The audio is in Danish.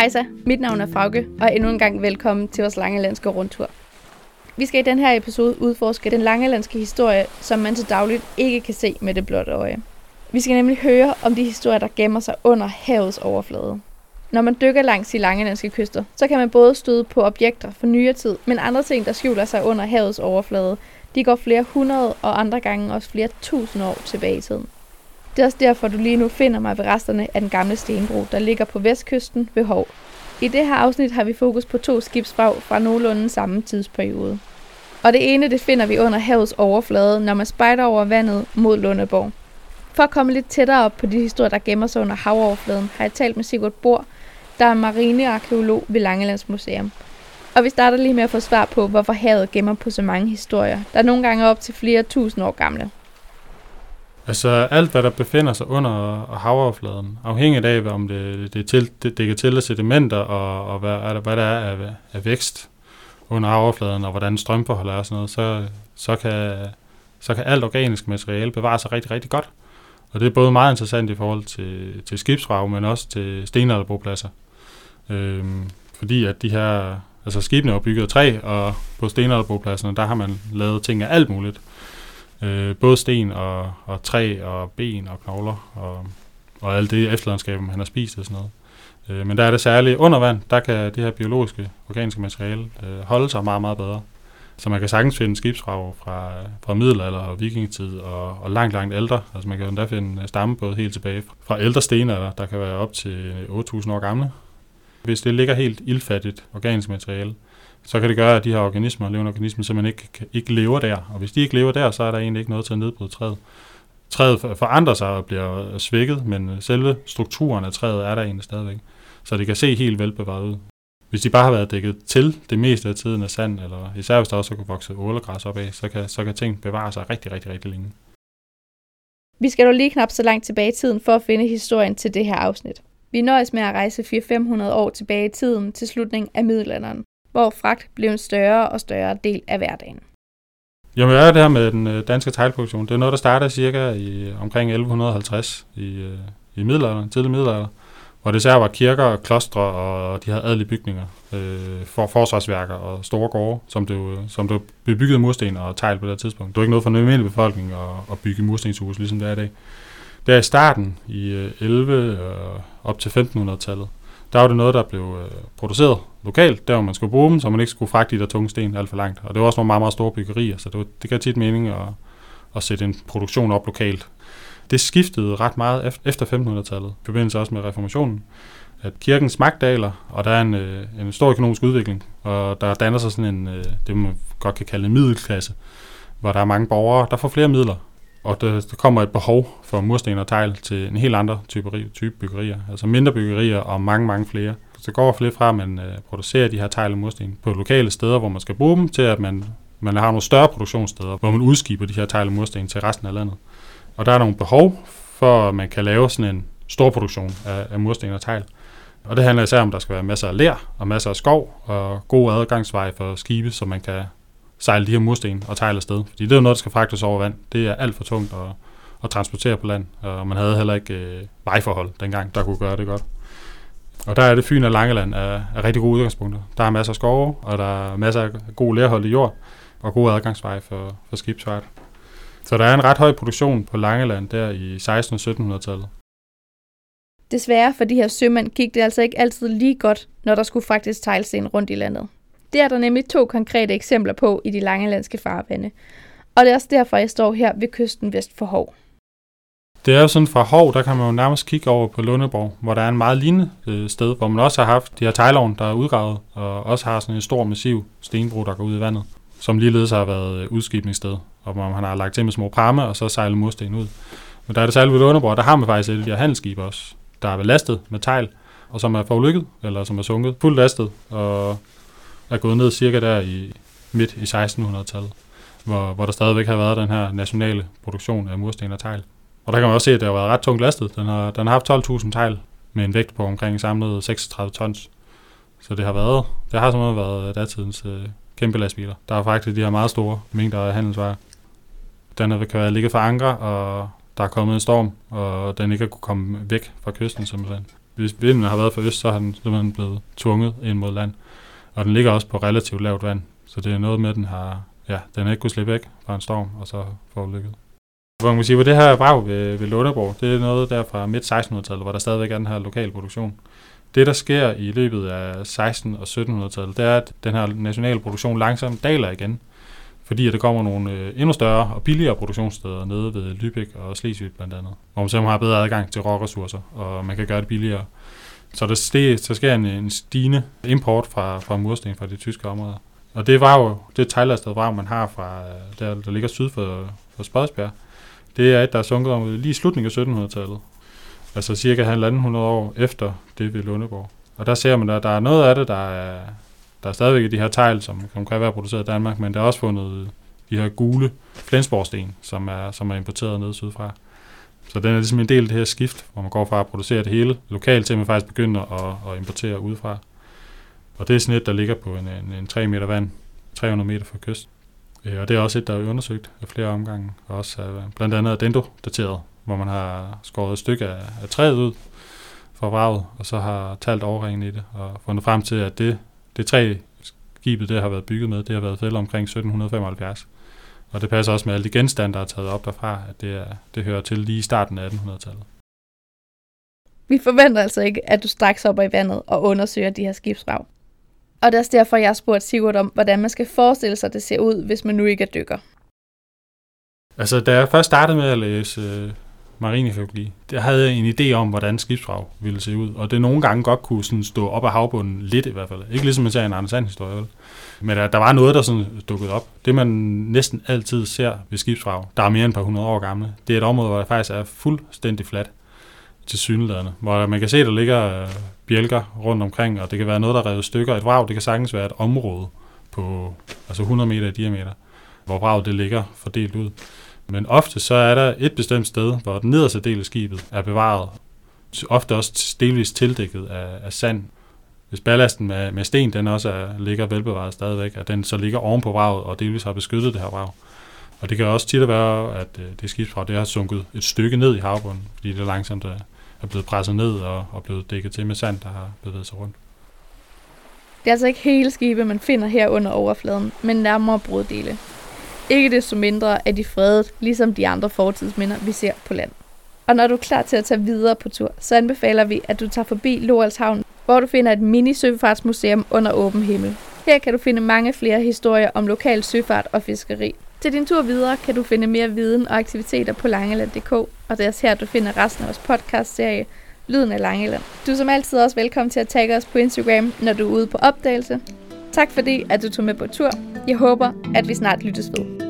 Hejsa, mit navn er Frauke, og endnu en gang velkommen til vores langelandske rundtur. Vi skal i den her episode udforske den langelandske historie, som man til dagligt ikke kan se med det blotte øje. Vi skal nemlig høre om de historier, der gemmer sig under havets overflade. Når man dykker langs de langelandske kyster, så kan man både støde på objekter fra nyere tid, men andre ting, der skjuler sig under havets overflade, de går flere hundrede og andre gange også flere tusind år tilbage i tiden. Det er også derfor, du lige nu finder mig ved resterne af den gamle stenbro, der ligger på vestkysten ved Hov. I det her afsnit har vi fokus på 2 skibsvrag fra nogenlunde samme tidsperiode. Og det ene, det finder vi under havets overflade, når man spejder over vandet mod Lundeborg. For at komme lidt tættere op på de historier, der gemmer sig under havoverfladen, har jeg talt med Sigurd Bohr, der er marinearkæolog ved Langelands Museum. Og vi starter lige med at få svar på, hvorfor havet gemmer på så mange historier, der nogle gange er op til flere tusind år gamle. Altså alt, hvad der befinder sig under havoverfladen, afhængigt af, om det kan til sedimenter og hvad der er af vækst under havoverfladen, og hvordan strømforhold er og sådan noget, så kan alt organisk materiale bevare sig rigtig, rigtig godt. Og det er både meget interessant i forhold til skibsvrag, men også til stenalderbopladser. Fordi at de her, altså skibene er bygget af træ, og på stenalderbopladserne, der har man lavet ting af alt muligt. Både sten og træ og ben og knogler og alt det efterladenskab, man har spist og sådan noget. Men der er det særligt under vand, der kan det her biologiske, organiske materiale holde sig meget, meget bedre. Så man kan sagtens finde skibsvrag fra middelalder og vikingetid og langt ældre. Altså man kan endda finde stammebåde helt tilbage fra ældre stenalder, der kan være op til 8.000 år gamle. Hvis det ligger helt iltfattigt organisk materiale, så kan det gøre, at de her levende organismer, simpelthen ikke lever der. Og hvis de ikke lever der, så er der egentlig ikke noget til at nedbryde træet. Træet forandrer sig og bliver svækket, men selve strukturen af træet er der egentlig stadigvæk. Så det kan se helt velbevaret ud. Hvis de bare har været dækket til det meste af tiden af sand, eller især hvis der også kan vokse ålegræs op af, så kan ting bevare sig rigtig, rigtig, rigtig længe. Vi skal dog lige knap så langt tilbage i tiden for at finde historien til det her afsnit. Vi nøjes med at rejse 400-500 år tilbage i tiden til slutningen af middelalderen, hvor fragt blev en større og større del af hverdagen. Jo, men det her med den danske teglproduktion, det er noget, der starter cirka omkring 1150 i middelalderen, tidlig middelalder, hvor det især var kirker og klostre og de her adelige bygninger, forsvarsværker og store gårde, som blev bygget af mursten og tegl på det tidspunkt. Det var ikke noget for den almindelige befolkning at bygge murstenshus, ligesom det er i dag. Der i starten i 11 op til 1500-tallet, der var det noget, der blev produceret lokalt, der hvor man skulle bruge dem, så man ikke skulle fragte de der tunge sten alt for langt. Og det var også nogle meget, meget store byggerier, så det gav tit mening at sætte en produktion op lokalt. Det skiftede ret meget efter 1500-tallet, i forbindelse også med reformationen, at kirkens magt daler, og der er en stor økonomisk udvikling, og der danner sig sådan det man godt kan kalde en middelklasse, hvor der er mange borgere, der får flere midler, og der kommer et behov for mursten og tegl til en helt andre type byggerier, altså mindre byggerier og mange, mange flere. Så går flere fra, at man producerer de her tegl og mursten på lokale steder, hvor man skal bruge dem, til at man har nogle større produktionssteder, hvor man udskiber de her tegl og mursten til resten af landet. Og der er nogle behov for, at man kan lave sådan en stor produktion af mursten og tegl. Og det handler især om, at der skal være masser af ler og masser af skov og god adgangsvej for skibe, så man kan sejle de her mursten og tegl afsted. Fordi det er jo noget, der skal fragtes over vand. Det er alt for tungt at transportere på land, og man havde heller ikke vejforhold dengang, der kunne gøre det godt. Og der er det Fyn og Langeland er rigtig gode udgangspunkter. Der er masser af skove, og der er masser af god lerholdig jord og god adgangsvej for skibsfart. Så der er en ret høj produktion på Langeland der i 1600- og 1700-tallet. Desværre for de her sømænd gik det altså ikke altid lige godt, når der skulle fragtes teglsten rundt i landet. Det er der nemlig 2 konkrete eksempler på i de langelandske farvande. Og det er også derfor, jeg står her ved kysten vest for Hov. Det er jo sådan fra Hov, der kan man jo nærmest kigge over på Lundeborg, hvor der er en meget lignende sted, hvor man også har haft de her teglovne, der er udgravet, og også har sådan en stor massiv stenbro, der går ud i vandet, som ligeledes har været udskibningssted, og hvor man har lagt til med små pramme, og så sejlet mursten ud. Men der er det særligt ved Lundeborg, der har man faktisk et af de her handelsskibe også, der er lastet med tegl, og som er forulykket, eller som er sunket, fuldt lastet, og er gået ned cirka der midt i 1600-tallet, hvor der stadigvæk har været den her nationale produktion af mursten og tegl. Og der kan man også se, at det har været ret tungt lastet. Den har haft 12.000 tegl med en vægt på omkring samlet 36 tons. Så det har simpelthen været datidens kæmpe lastbiler. Der er faktisk de her meget store mængder af handelsvarer. Den kan være ligget for anker, og der er kommet en storm, og den ikke kunne komme væk fra kysten simpelthen. Hvis vinden har været for øst, så har den simpelthen blevet tvunget ind mod land. Og den ligger også på relativt lavt vand. Så det er noget med, at den har ikke kunnet slippe væk fra en storm, og så forulykket. Hvor man kan sige, at det her vrag ved Lundeborg, det er noget der fra midt 1600-tallet, hvor der stadigvæk er den her lokal produktion. Det, der sker i løbet af 1600- og 1700-tallet, det er, at den her nationale produktion langsomt daler igen. Fordi der kommer nogle endnu større og billigere produktionssteder nede ved Lübeck og Slesvig blandt andet. Hvor man simpelthen har bedre adgang til råressourcer, og man kan gøre det billigere. Så der sker en stigende import fra mursten fra de tyske områder. Og det teglastede vrag, man har fra der ligger syd for Spodsbjerg, det er et, der er sunket lige i slutningen af 1700-tallet. Altså cirka 1.500 år efter det ved Lundeborg. Og der ser man, at der er noget af det, der er stadigvæk de her tegl, som kan være produceret i Danmark, men der er også fundet de her gule Flensborgsten, som er importeret ned sydfra. Så den er ligesom en del af det her skift, hvor man går fra at producere det hele lokalt, til man faktisk begynder at importere udefra. Og det er sådan et, der ligger på en 3 meter vand, 300 meter fra kyst. Og det er også et, der er undersøgt af flere omgange, og også blandt andet dendrodateret, hvor man har skåret et stykke af træet ud fra vraget, og så har talt overringen i det, og fundet frem til, at det træ, skibet det har været bygget med, det har været fældet omkring 1775. Og det passer også med alle de genstande, der er taget op derfra, at det hører til lige i starten af 1800-tallet. Vi forventer altså ikke, at du straks hopper i vandet og undersøger de her skibsvrag. Og det er også derfor, jeg har spurgt Sigurd om, hvordan man skal forestille sig, at det ser ud, hvis man nu ikke er dykker. Altså, da jeg først startede med at læse marinegeologi, der havde jeg en idé om, hvordan skibsvrag ville se ud. Og det nogle gange godt kunne sådan stå op af havbunden lidt i hvert fald. Ikke ligesom man ser en Anders Sand-historie, vel? Men der var noget, der sådan dukkede op. Det man næsten altid ser ved skibsvrag, der er mere end et par 100 år gamle, det er et område, hvor det faktisk er fuldstændig fladt tilsyneladende. Hvor man kan se, der ligger bjælker rundt omkring, og det kan være noget, der er revet stykker. Et vrag, det kan sagtens være et område på 100 meter i diameter, hvor vraget det ligger fordelt ud. Men ofte så er der et bestemt sted, hvor den nederste del af skibet er bevaret. Ofte også delvist tildækket af sand. Hvis ballasten med sten, den også ligger velbevaret stadigvæk, at den så ligger oven på vraget og delvis har beskyttet det her vrag. Og det kan også tit være, at det skibsvrag det har sunket et stykke ned i havbunden, fordi det langsomt er blevet presset ned og blevet dækket til med sand, der har bevæget sig rundt. Det er altså ikke hele skibet, man finder her under overfladen, men nærmere broddele. Ikke desto mindre er de fredet, ligesom de andre fortidsminder, vi ser på land. Og når du er klar til at tage videre på tur, så anbefaler vi, at du tager forbi Loraldshavn, hvor du finder et mini-søfartsmuseum under åben himmel. Her kan du finde mange flere historier om lokal søfart og fiskeri. Til din tur videre kan du finde mere viden og aktiviteter på Langeland.dk, og det er her, du finder resten af vores podcastserie, Lyden af Langeland. Du er som altid også velkommen til at tagge os på Instagram, når du er ude på opdagelse. Tak fordi, at du tog med på tur. Jeg håber, at vi snart lyttes ved.